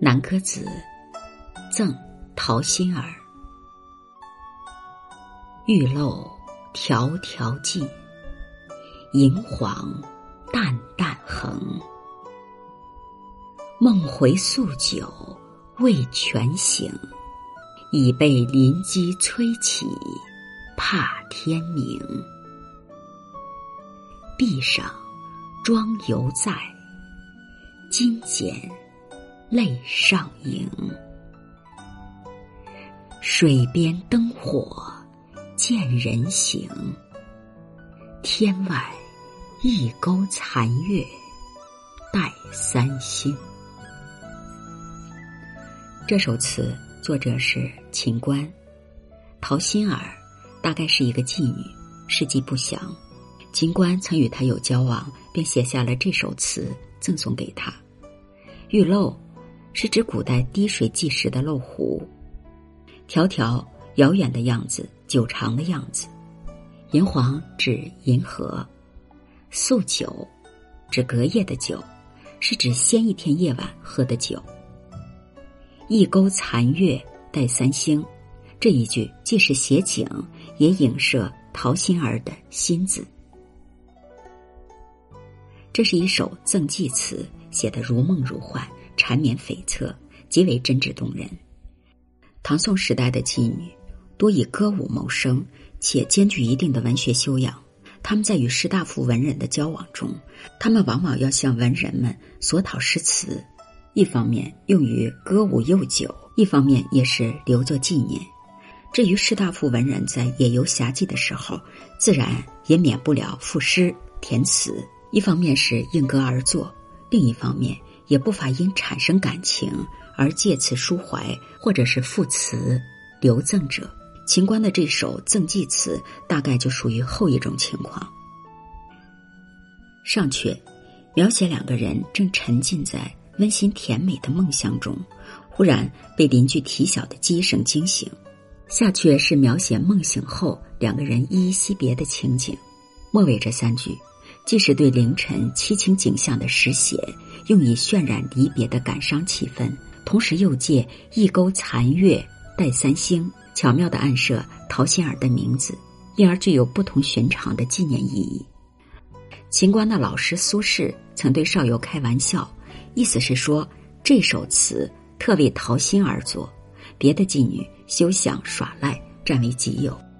南歌子，赠陶心儿。玉漏迢迢尽，银黄淡淡横。梦回宿酒未全醒，已被邻机催起，怕天明。壁上妆犹在，金剪泪上盈。水边灯火见人行，天外一钩残月带三星。这首词作者是秦观，陶心儿大概是一个妓女，事迹不详。秦观曾与她有交往，便写下了这首词赠送给她。玉漏是指古代滴水计时的漏壶，迢迢遥远的样子，久长的样子。银黄指银河，宿酒指隔夜的酒，是指先一天夜晚喝的酒。一钩残月带三星，这一句既是写景，也影射陶心儿的心字。这是一首赠妓词，写得如梦如幻，缠绵悱恻，极为真挚动人。唐宋时代的妓女多以歌舞谋生，且兼具一定的文学修养。他们在与士大夫文人的交往中，他们往往要向文人们索讨诗词，一方面用于歌舞诱酒，一方面也是留作纪念。至于士大夫文人在野游侠妓的时候，自然也免不了赋诗填词，一方面是应歌而作，另一方面也不乏因产生感情而借此抒怀，或者是赋词留赠者。秦观的这首赠妓词大概就属于后一种情况。上阙描写两个人正沉浸在温馨甜美的梦乡中，忽然被邻居啼晓的鸡声惊醒。下阙是描写梦醒后两个人依依惜别的情景。末尾这三句既是对凌晨凄清景象的实写，用以渲染离别的感伤气氛，同时又借一钩残月带三星，巧妙地暗射陶心儿的名字，因而具有不同寻常的纪念意义。秦观的老师苏轼曾对少游开玩笑，意思是说这首词特为陶心儿作，别的妓女休想耍赖占为己有。